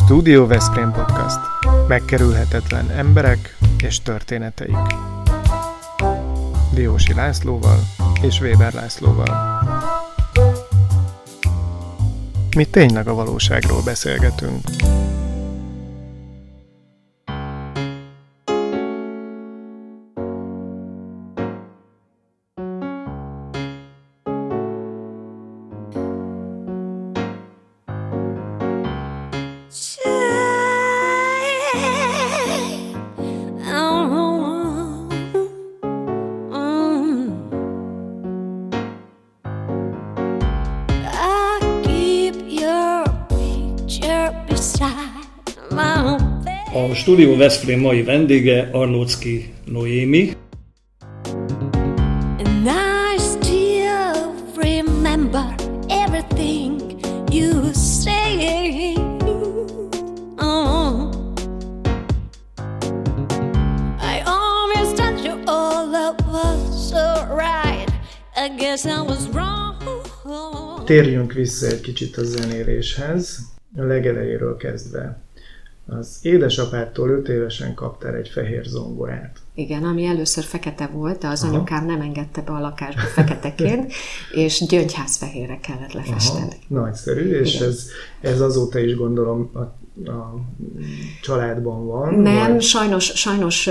Studio Veszprém Podcast. Megkerülhetetlen emberek és történeteik. Diósi Lászlóval és Weber Lászlóval. Mi tényleg a valóságról beszélgetünk. A Studio Veszprém mai vendége Arnóczky Noémi. Térjünk vissza egy kicsit a zenéléshez, a legelejéről kezdve. Az édesapádtól 5 évesen kaptál egy fehér zongorát. Igen, ami először fekete volt, de az anyukám nem engedte be a lakásba feketeként, és gyöngyházfehérre kellett lefesteni. Nagyszerű, és ez azóta is gondolom a családban van? Nem, vagy? sajnos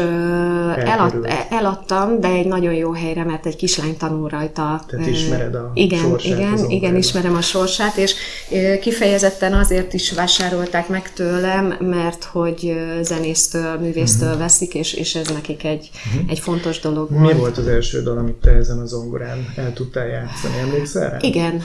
eladtam, de egy nagyon jó helyre, mert egy kislány tanul rajta. Tehát ismered a sorsát? Igen, ismerem a sorsát, és kifejezetten azért is vásárolták meg tőlem, mert hogy zenésztől, művésztől veszik, és ez nekik egy fontos dolog volt. Mi volt az első dal, amit te ezen a zongorán el tudtál játszani? Emlékszel rá? Igen.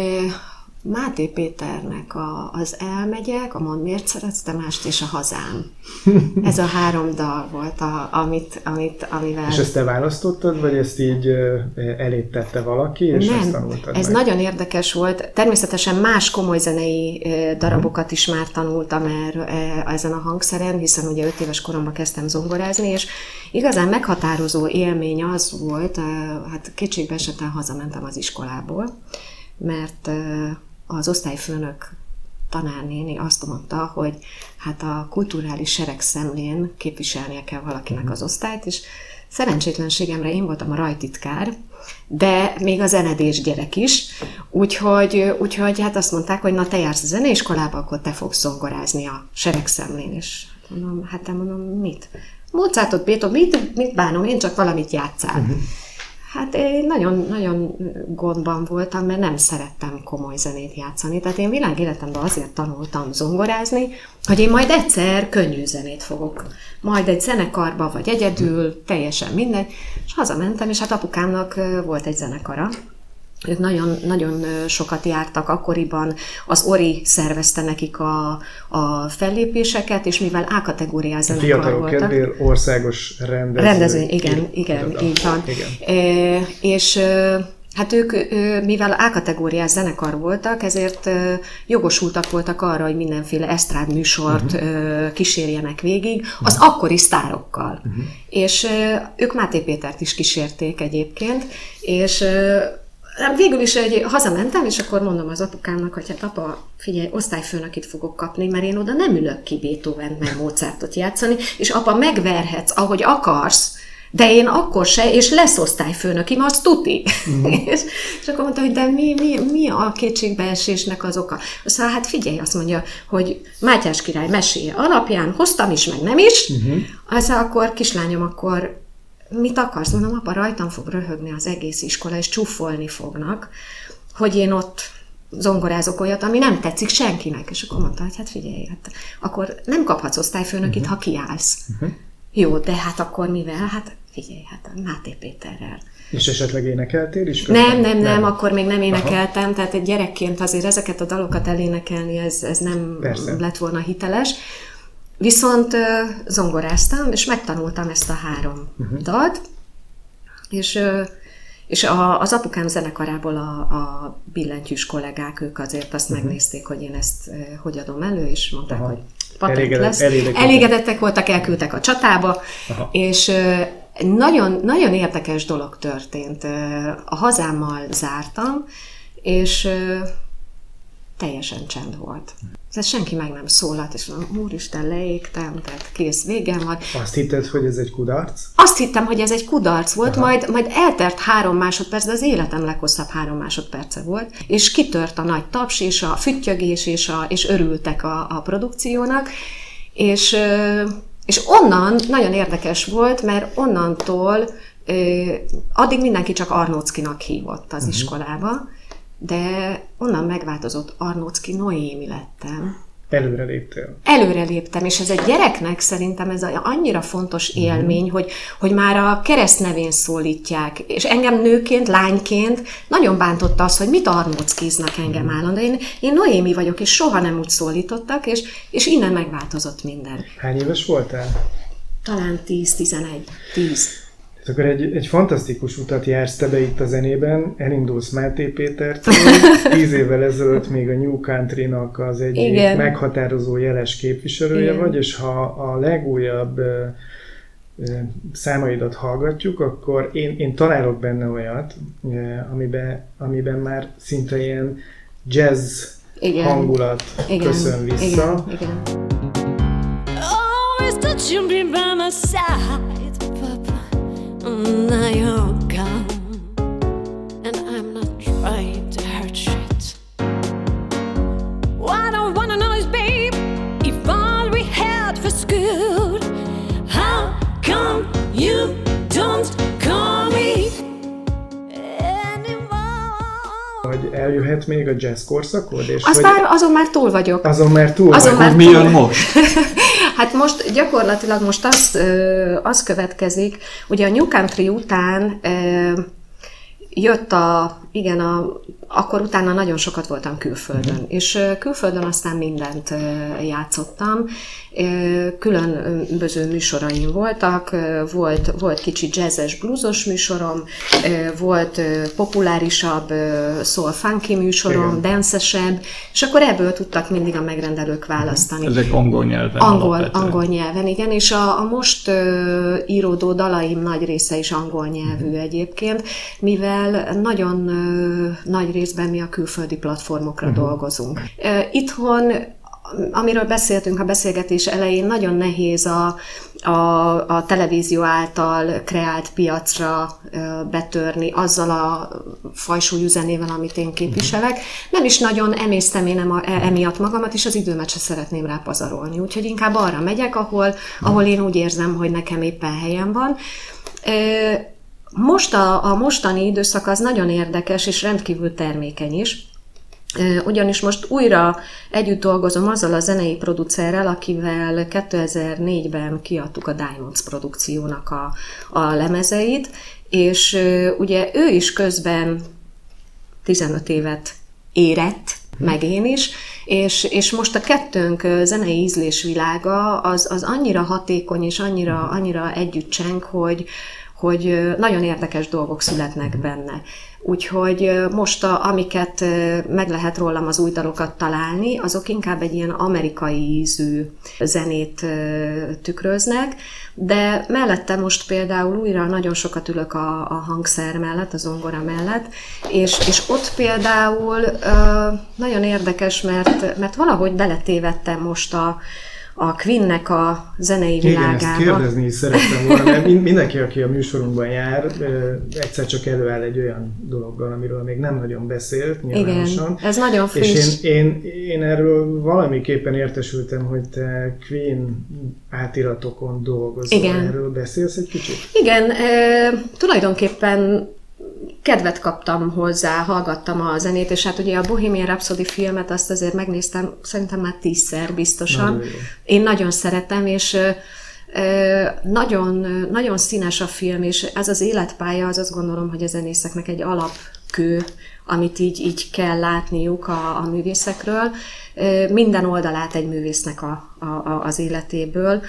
Máté Péternek az Elmegyek, a Mondd miért szeretsz mást és a Hazám. Ez a 3 dal volt, amivel... És ezt te választottad, vagy ezt így elét tette valaki, és ezt tanultad ez meg? Nagyon érdekes volt. Természetesen más komoly zenei darabokat is már tanultam ezen a hangszeren, hiszen ugye 5 éves koromban kezdtem zongorázni, és igazán meghatározó élmény az volt, hát kétségbe esetten hazamentem az iskolából, mert az osztályfőnök tanárnéni azt mondta, hogy hát a kulturális seregszemlén képviselnie kell valakinek az osztályt, és szerencsétlenségemre én voltam a rajtitkár, de még a zenedés gyerek is, úgyhogy hát azt mondták, hogy na te jársz a zeneiskolába, akkor te fogsz zongorázni a seregszemlén, és mondom, mit? Mozartot, Beethoven, mit bánom, én csak valamit játszál. Hát én nagyon gondban voltam, mert nem szerettem komoly zenét játszani. Tehát én világéletemben azért tanultam zongorázni, hogy én majd egyszer könnyű zenét fogok. Majd egy zenekarba, vagy egyedül, teljesen mindegy. És hazamentem, és hát apukámnak volt egy zenekara. Ők nagyon sokat jártak akkoriban, az Ori szervezte nekik a fellépéseket, és mivel A-kategóriás zenekar voltak. Fiatalok kedvéért országos rendezvény. Igen, így van. Igen. És hát ők, mivel A-kategóriás zenekar voltak, ezért jogosultak voltak arra, hogy mindenféle esztrád műsort kísérjenek végig, az akkori sztárokkal. És ők Máté Pétert is kísérték egyébként, és végül is hazamentem, és akkor mondom az apukámnak, hogy hát apa, figyelj, osztályfőnökit fogok kapni, mert én oda nem ülök ki Beethovent, meg Mozartot játszani, és apa, megverhetsz, ahogy akarsz, de én akkor se, és lesz osztályfőnökim, az tuti. És akkor mondta, hogy de mi a kétségbeesésnek az oka? Szóval hát figyelj, azt mondja, hogy Mátyás király meséje alapján hoztam is, meg nem is, aztán akkor kislányom, akkor mit akarsz? Mondom, apa, rajtam fog röhögni az egész iskola, és csúfolni fognak, hogy én ott zongorázok olyat, ami nem tetszik senkinek. És akkor mondta, hogy hát figyelj, hát akkor nem kaphatsz osztályfőnökit, ha kiállsz. Jó, de hát akkor mivel? Hát figyelj, hát Máté Péterrel. És esetleg énekeltél is? Nem, akkor még nem énekeltem, Aha. Tehát egy gyerekként azért ezeket a dalokat elénekelni, ez nem lett volna hiteles. Viszont zongoráztam, és megtanultam ezt a 3 dalt, és az apukám zenekarából a billentyűs kollégák, ők azért azt megnézték, hogy én ezt hogy adom elő, és mondták, hogy patent lesz. Elégedettek voltak, elküldtek a csatába, és nagyon, nagyon érdekes dolog történt. A Hazámmal zártam, és teljesen csend volt. Ez senki meg nem szólalt, és mondom, úristen, leégtem, tehát kész, végem van. Azt hitted, hogy ez egy kudarc? Azt hittem, hogy ez egy kudarc volt, majd eltelt 3 másodperc, de az életem leghosszabb 3 másodperce volt, és kitört a nagy taps, és a füttyögés, és örültek a produkciónak, és onnan nagyon érdekes volt, mert onnantól addig mindenki csak Arnóczkinak hívott az iskolába, de onnan megváltozott, Arnóczki Noémi lettem. Előreléptem, és ez egy gyereknek szerintem ez annyira fontos élmény, hogy már a keresztnevén szólítják, és engem nőként, lányként nagyon bántotta az, hogy mit Arnóczkiznak engem állandóan. Én Noémi vagyok, és soha nem úgy szólítottak, és innen megváltozott minden. Hány éves voltál? Talán 10. Akkor egy fantasztikus utat jársz te be itt a zenében, elindulsz Máté Pétertől, 10 évvel ezelőtt még a New Country-nak az egyik meghatározó jeles képviselője vagy, és ha a legújabb számaidat hallgatjuk, akkor én találok benne olyat, amiben már szinte ilyen jazz hangulat köszön vissza. Igen. Now you're gone, and I'm not trying to hurt shit. What I wanna know is, babe, if all we had was good, how come you don't call me anymore? Hogy eljöhet még a jazz korszakod? És azon már túl vagyok. Mi jön most? Hát most gyakorlatilag az következik, ugye a New Country után jött akkor utána nagyon sokat voltam külföldön, és külföldön aztán mindent játszottam, különböző műsoraim voltak, volt kicsi jazzes, bluesos műsorom, volt populárisabb soul funky műsorom, dancesebb, és akkor ebből tudtak mindig a megrendelők választani. Ezek angol nyelven? Angol nyelven, igen, és a most íródó dalaim nagy része is angol nyelvű egyébként, mivel nagyon nagy részben mi a külföldi platformokra dolgozunk. Itthon, amiről beszéltünk a beszélgetés elején, nagyon nehéz a televízió által kreált piacra betörni azzal a fajsúlyú zenével, amit én képviselek. Nem is nagyon emésztem én emiatt magamat, és az időmet se szeretném rá pazarolni. Úgyhogy inkább arra megyek, ahol én úgy érzem, hogy nekem éppen helyem van. Most a mostani időszak az nagyon érdekes, és rendkívül termékeny is, ugyanis most újra együtt dolgozom azzal a zenei producerrel, akivel 2004-ben kiadtuk a Diamonds produkciónak a lemezeit, és ugye ő is közben 15 évet érett, meg én is, és most a kettőnk zenei ízlésvilága az annyira hatékony, és annyira együtt cseng, hogy nagyon érdekes dolgok születnek benne. Úgyhogy most amiket meg lehet rólam az új dalokat találni, azok inkább egy ilyen amerikai ízű zenét tükröznek, de mellette most például újra nagyon sokat ülök a hangszer mellett, a zongora mellett, és ott például nagyon érdekes, mert valahogy beletévedtem most a Queennek a zenei világába. Igen, ezt kérdezni is szerettem volna, mert mindenki, aki a műsorunkban jár, egyszer csak előáll egy olyan dologgal, amiről még nem nagyon beszélt, nyilvánosan. Igen, ez nagyon friss. És én erről valamiképpen értesültem, hogy te Queen átiratokon dolgozol. Igen. Erről beszélsz egy kicsit? Igen, tulajdonképpen kedvet kaptam hozzá, hallgattam a zenét, és hát ugye a Bohemian Rhapsody filmet azt azért megnéztem, szerintem már 10-szer biztosan. Én nagyon szeretem, és nagyon, nagyon színes a film, és ez az életpálya, az azt gondolom, hogy a zenészeknek egy alapkő, amit így kell látniuk a művészekről. Minden oldalát egy művésznek az életéből,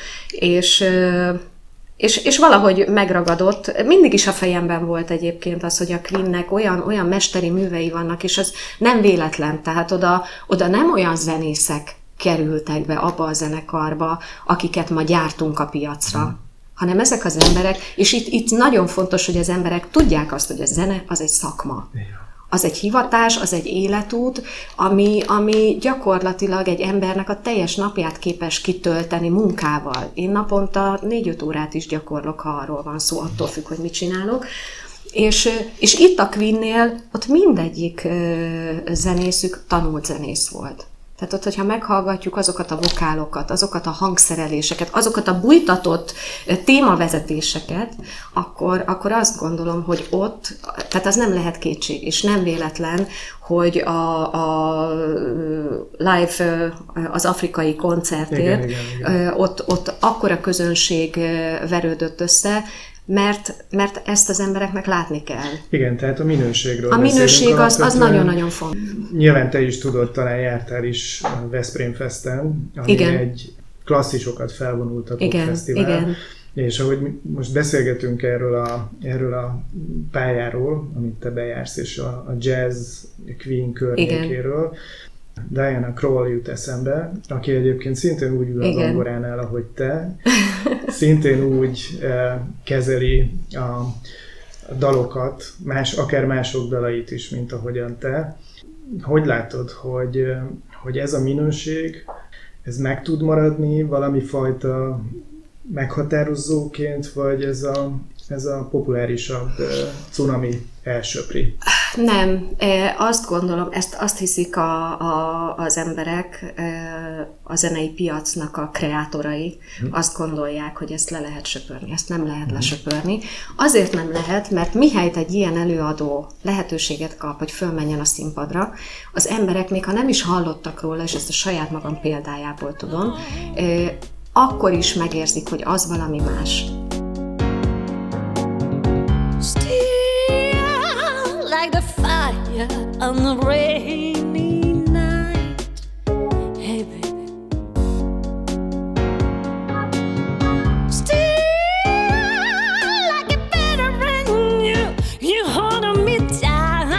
és valahogy megragadott, mindig is a fejemben volt egyébként az, hogy a Queennek olyan mesteri művei vannak, és az nem véletlen, tehát oda nem olyan zenészek kerültek be abba a zenekarba, akiket ma gyártunk a piacra, hanem ezek az emberek, és itt nagyon fontos, hogy az emberek tudják azt, hogy a zene az egy szakma. Az egy hivatás, az egy életút, ami gyakorlatilag egy embernek a teljes napját képes kitölteni munkával. Én naponta 4-5 órát is gyakorlok, ha arról van szó, attól függ, hogy mit csinálok. És itt a Queennél ott mindegyik zenészük tanult zenész volt. Tehát ott, hogyha meghallgatjuk azokat a vokálokat, azokat a hangszereléseket, azokat a bújtatott témavezetéseket, akkor azt gondolom, hogy ott, tehát az nem lehet kétség, és nem véletlen, hogy a live, az afrikai koncertért, igen. Ott akkora közönség verődött össze, mert ezt az embereknek látni kell. Igen, tehát a minőségről a minőség az nagyon-nagyon fontos. Nyilván te is tudod, talán jártál is Veszprém Festen, ami igen. egy klasszisokat felvonultató fesztivál. Igen. És ahogy most beszélgetünk erről a pályáról, amit te bejársz, és a jazz Queen környékéről, igen. Diana Krall jut eszembe, aki egyébként szintén úgy ül a zongoránál, ahogy te, szintén úgy kezeli a dalokat, akár mások dalait is, mint ahogyan te. Hogy látod, hogy ez a minőség, ez meg tud maradni valami fajta meghatározóként, vagy ez a populárisabb cunami elsöpri? Nem, azt gondolom, azt hiszik az emberek, a zenei piacnak a kreátorai, azt gondolják, hogy ezt le lehet söpörni, ezt nem lehet lesöpörni. Azért nem lehet, mert mihelyt egy ilyen előadó lehetőséget kap, hogy fölmenjen a színpadra, az emberek, még ha nem is hallottak róla, és ezt a saját magam példájából tudom, akkor is megérzik, hogy az valami más. Like the fire on the rainy night. Hey baby, still like a veteran, you hold me down.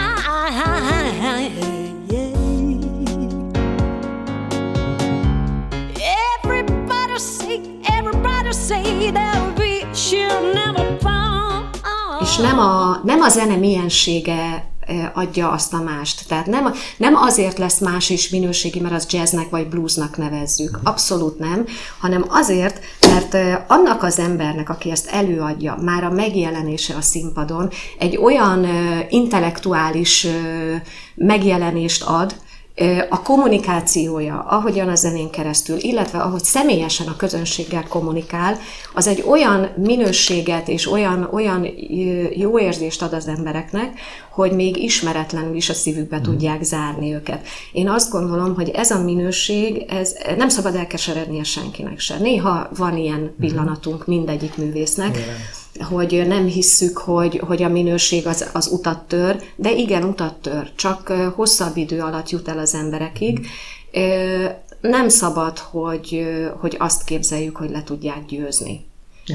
Everybody say that we should never fall. És nem a zene miensége adja azt a mást. Tehát nem azért lesz más is minőségi, mert az jazznek vagy bluesnak nevezzük. Abszolút nem, hanem azért, mert annak az embernek, aki ezt előadja, már a megjelenése a színpadon egy olyan intellektuális megjelenést ad, a kommunikációja, ahogyan a zenén keresztül, illetve ahogy személyesen a közönséggel kommunikál, az egy olyan minőséget és olyan jó érzést ad az embereknek, hogy még ismeretlenül is a szívükbe tudják zárni őket. Én azt gondolom, hogy ez a minőség, ez nem szabad elkeserednie senkinek se. Néha van ilyen pillanatunk mindegyik művésznek, hogy nem hisszük, hogy a minőség az utat tör, de igen, utat tör, csak hosszabb idő alatt jut el az emberekig. Nem szabad, hogy azt képzeljük, hogy le tudják győzni.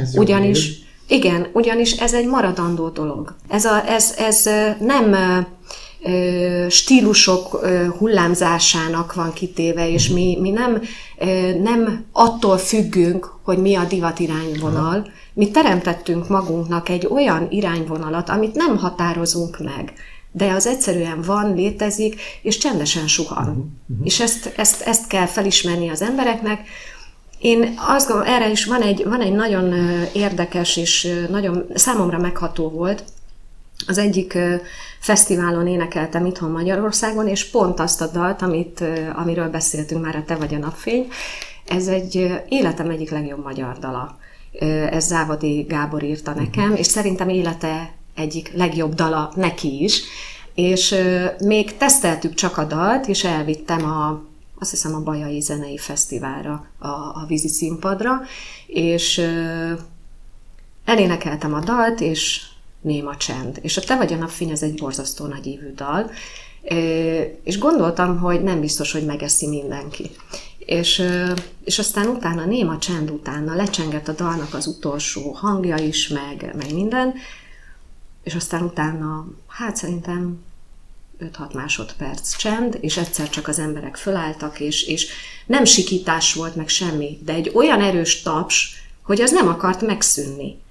Ugyanis ez egy maradandó dolog. Ez nem stílusok hullámzásának van kitéve, és mi nem attól függünk, hogy mi a divat irányvonal. Mi teremtettünk magunknak egy olyan irányvonalat, amit nem határozunk meg, de az egyszerűen van, létezik, és csendesen suhan. És ezt kell felismerni az embereknek. Én azt gondolom, erre is van egy nagyon érdekes és nagyon számomra megható volt. Az egyik fesztiválon énekeltem itthon Magyarországon, és pont azt a dalt, amiről beszéltünk már, a Te vagy a napfény, ez egy életem egyik legjobb magyar dala. Ez Závadi Gábor írta nekem, és szerintem élete egyik legjobb dala neki is. És még teszteltük csak a dalt, és elvittem azt hiszem a Bajai Zenei Fesztiválra, a vízi színpadra, és elénekeltem a dalt, és néma csend. És a Te vagy a napfény, ez egy borzasztó nagy ívű dal, és gondoltam, hogy nem biztos, hogy megeszi mindenki. És aztán utána, néma csend utána lecsengett a dalnak az utolsó hangja is, meg minden, és aztán utána, szerintem 5-6 másodperc csend, és egyszer csak az emberek fölálltak, és nem sikítás volt, meg semmi, de egy olyan erős taps, hogy az nem akart megszűnni.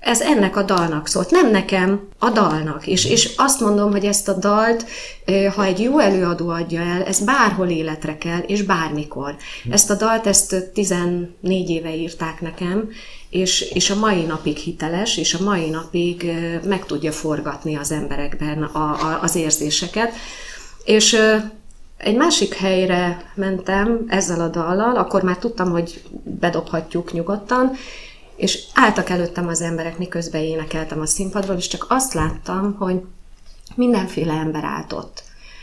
ez ennek a dalnak szólt, nem nekem, a dalnak. És azt mondom, hogy ezt a dalt, ha egy jó előadó adja el, ez bárhol életre kell, és bármikor. Ezt a dalt, ezt 14 éve írták nekem, és a mai napig hiteles, és a mai napig meg tudja forgatni az emberekben az érzéseket. És egy másik helyre mentem ezzel a dallal, akkor már tudtam, hogy bedobhatjuk nyugodtan, és álltak előttem az emberek, miközben énekeltem a színpadról, és csak azt láttam, hogy mindenféle ember állt ott.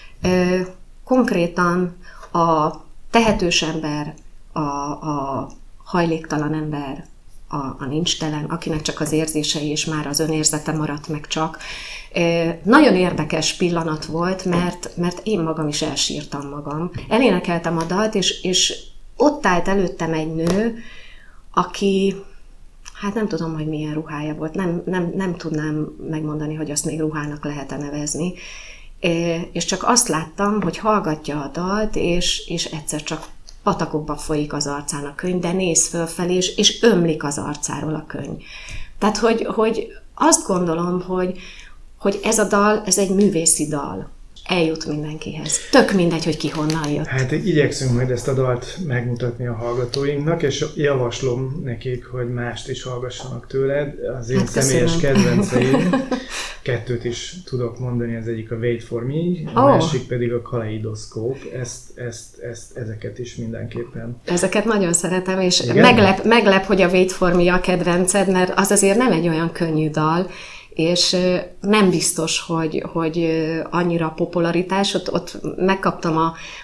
Konkrétan a tehetős ember, a hajléktalan ember, a nincstelen, akinek csak az érzései és már az önérzete maradt meg csak. Nagyon érdekes pillanat volt, mert én magam is elsírtam magam. Elénekeltem a dalt, és ott állt előttem egy nő, aki, hát nem tudom, hogy milyen ruhája volt, nem tudnám megmondani, hogy azt még ruhának lehet-e nevezni, és csak azt láttam, hogy hallgatja a dalt, és egyszer csak patakokba folyik az arcán a könyv, de néz fölfelé, és ömlik az arcáról a könyv. Tehát, hogy azt gondolom, hogy ez a dal, ez egy művészi dal. Eljut mindenkihez. Tök mindegy, hogy ki honnan jött. Hát igyekszünk majd ezt a dalt megmutatni a hallgatóinknak, és javaslom nekik, hogy mást is hallgassanak tőled. Az én személyes kedvenceim, 2 is tudok mondani, az egyik a Wait for Me, a másik pedig a Kaleidoszkóp. Ezeket is mindenképpen. Ezeket nagyon szeretem, és meglep, hogy a Wait for Me a kedvenced, mert az azért nem egy olyan könnyű dal, és nem biztos, hogy annyira popularitás. Ott megkaptam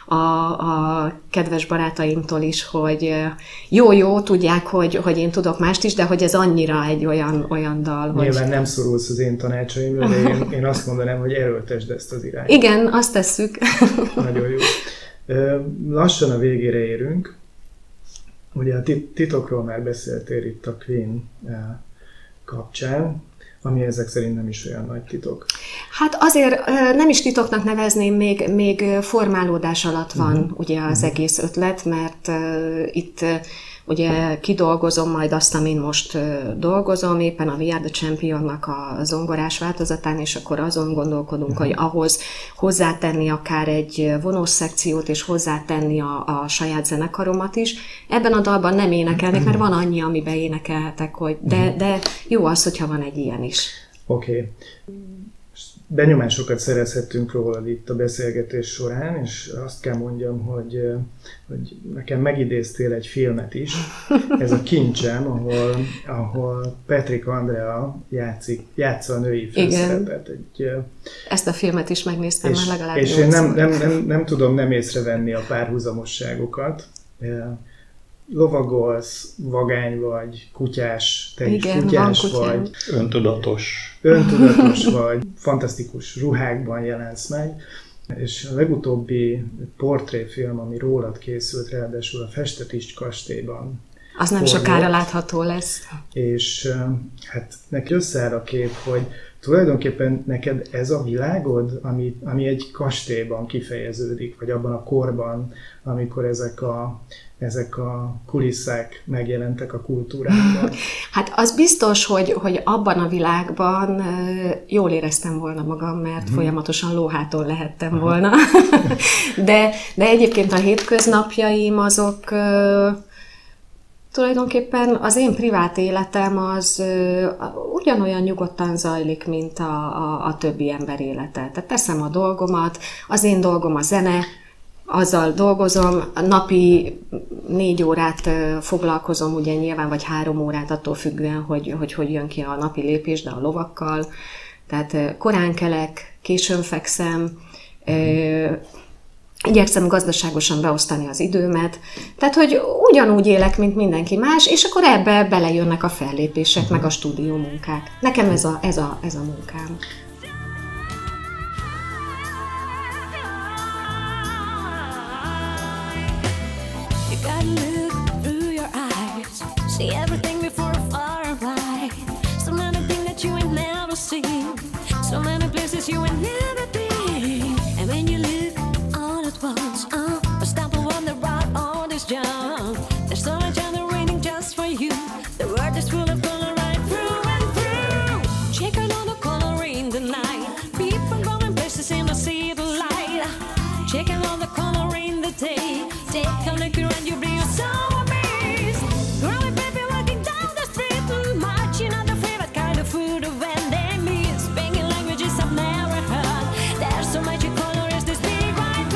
a kedves barátaimtól is, hogy jó, tudják, hogy én tudok mást is, de hogy ez annyira egy olyan dal, hogy... Nyilván nem szorulsz az én tanácsaimra, de én azt mondanám, hogy erőltesd ezt az irányt. Igen, azt tesszük. Nagyon jó. Lassan a végére érünk. Ugye a titokról már beszéltél itt a Queen kapcsán, ami ezek szerint nem is olyan nagy titok. Hát azért nem is titoknak nevezném, még formálódás alatt van ugye az egész ötlet, mert itt ugye kidolgozom majd azt, amin most dolgozom, éppen a We Are The Championnak a zongorás változatán, és akkor azon gondolkodunk, hogy ahhoz hozzátenni akár egy vonós szekciót, és hozzátenni a saját zenekaromat is. Ebben a dalban nem énekelnek, mert van annyi, amiben énekelhetek, hogy de jó az, hogyha van egy ilyen is. Oké. Benyomásokat szerezhettünk rólad itt a beszélgetés során, és azt kell mondjam, hogy nekem megidéztél egy filmet is, ez a Kincsem, ahol Patrick Andrea játsza a női főszerepet. Ezt a filmet is megnéztem már legalább. És én nem tudom nem észrevenni a párhuzamosságokat. Lovagolsz, vagány vagy, kutyás, te is kutyás vagy. Öntudatos vagy, fantasztikus ruhákban jelensz meg, és a legutóbbi portréfilm, ami rólad készült, ráadásul a Festetiszt kastélyban. Az nem sokára látható lesz. És hát neki összeáll a kép, hogy tulajdonképpen neked ez a világod, ami egy kastélyban kifejeződik, vagy abban a korban, amikor ezek a kulisszák megjelentek a kultúránkban. Hát az biztos, hogy abban a világban jól éreztem volna magam, mert folyamatosan lóháton lehettem volna. de egyébként a hétköznapjaim azok tulajdonképpen az én privát életem az ugyanolyan nyugodtan zajlik, mint a többi ember élete. Tehát teszem a dolgomat, az én dolgom a zene, azzal dolgozom, napi 4 órát foglalkozom, ugye nyilván, vagy 3 órát, attól függően, hogy jön ki a napi lépés, de a lovakkal. Tehát korán kelek, későn fekszem, igyekszem gazdaságosan beosztani az időmet, tehát, hogy ugyanúgy élek, mint mindenki más, és akkor ebbe belejönnek a fellépések, meg a stúdió munkák. Nekem ez a munkám. See everything before a far right. So many things that you ain't never seen. So many places you ain't never been. And when you look all at once, I stop and wonder about all this junk. There's so much other waiting just for you. The world is full of color right through and through. take a look around, you'll be so amazed. Growing baby walking down the street, marching on the favorite kind of food when they meet, speaking languages I've never heard. There's so much color as this big wide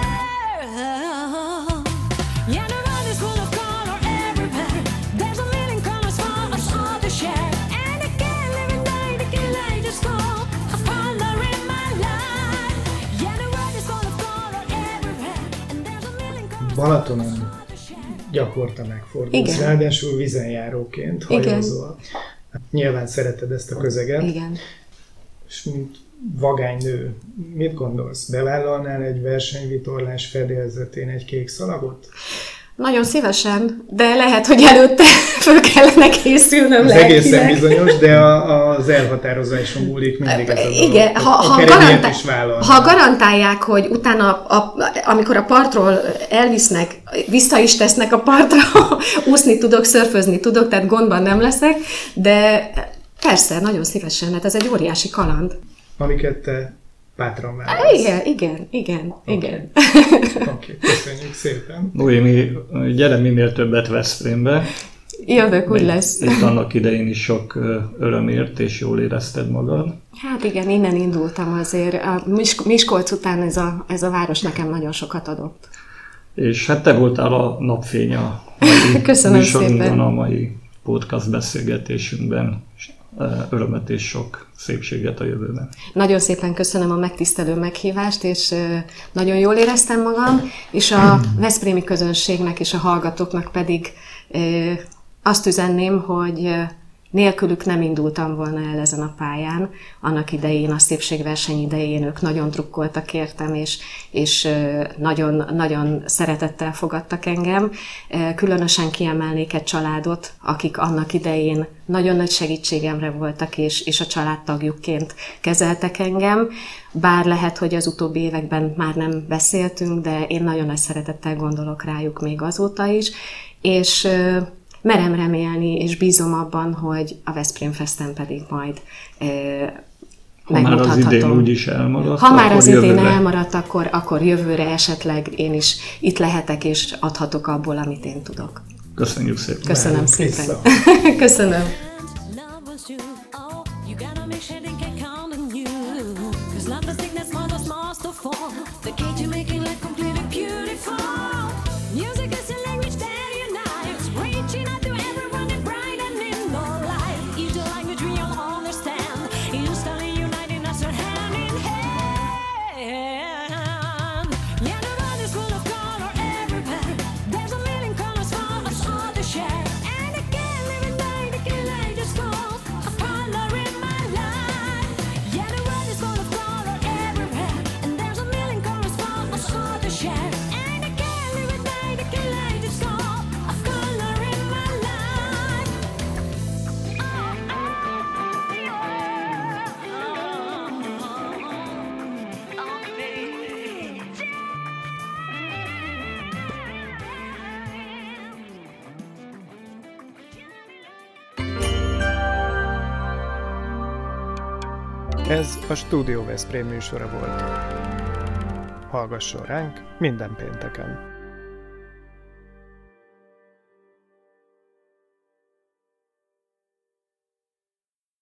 world. Yeah, the world is full of color everywhere. There's a million colors for us all to share. And I can't live in night, I can't let it just go. A color in my life. Yeah, the world is full of color everywhere. And there's a million colors. Balatonon gyakorta megfordulsz, ráadásul vizenjáróként, hajózol. Nyilván szereted ezt a közeget. Igen. És mint vagány nő, mit gondolsz? Bevállalnál egy versenyvitorlás fedélzetén egy kék szalagot? Nagyon szívesen, de lehet, hogy előtte föl kellene készülnöm Ez lelkileg. egészen bizonyos, de az elhatározáson múlik mindig ez a dolog. Igen, ha garantálják, hogy utána, amikor a partról elvisznek, vissza is tesznek a partra, úszni tudok, szörfözni tudok, tehát gondban nem leszek, de persze, nagyon szívesen, hát ez egy óriási kaland. Amiket te bátran válasz. Igen. Oké, köszönjük szépen. Noémi, gyere minél többet Veszprémbe. Jövök, úgy lesz. Itt annak idején is sok örömért, és jól érezted magad. Hát igen, innen indultam azért. A Miskolc után ez a város nekem nagyon sokat adott. És hát te voltál a napfény a mai műsorunkban, a mai podcast beszélgetésünkben. Örömet és sok szépséget a jövőben. Nagyon szépen köszönöm a megtisztelő meghívást, és nagyon jól éreztem magam, és a veszprémi közönségnek és a hallgatóknak pedig azt üzenném, hogy nélkülük nem indultam volna el ezen a pályán. Annak idején, a szépségverseny idején ők nagyon drukkoltak értem, és nagyon, nagyon szeretettel fogadtak engem. Különösen kiemelnék egy családot, akik annak idején nagyon nagy segítségemre voltak, és a családtagjukként kezeltek engem. Bár lehet, hogy az utóbbi években már nem beszéltünk, de én nagyon nagy szeretettel gondolok rájuk még azóta is, és merem remélni, és bízom abban, hogy a Veszprém Festen pedig majd megmutathatom. Ha már az idén úgyis elmaradt, ha már az idén elmaradt, akkor jövőre esetleg én is itt lehetek, és adhatok abból, amit én tudok. Köszönjük szépen. Köszönöm szépen. Köszönöm. Ez a Stúdió Veszprém műsora volt. Hallgasson ránk minden pénteken!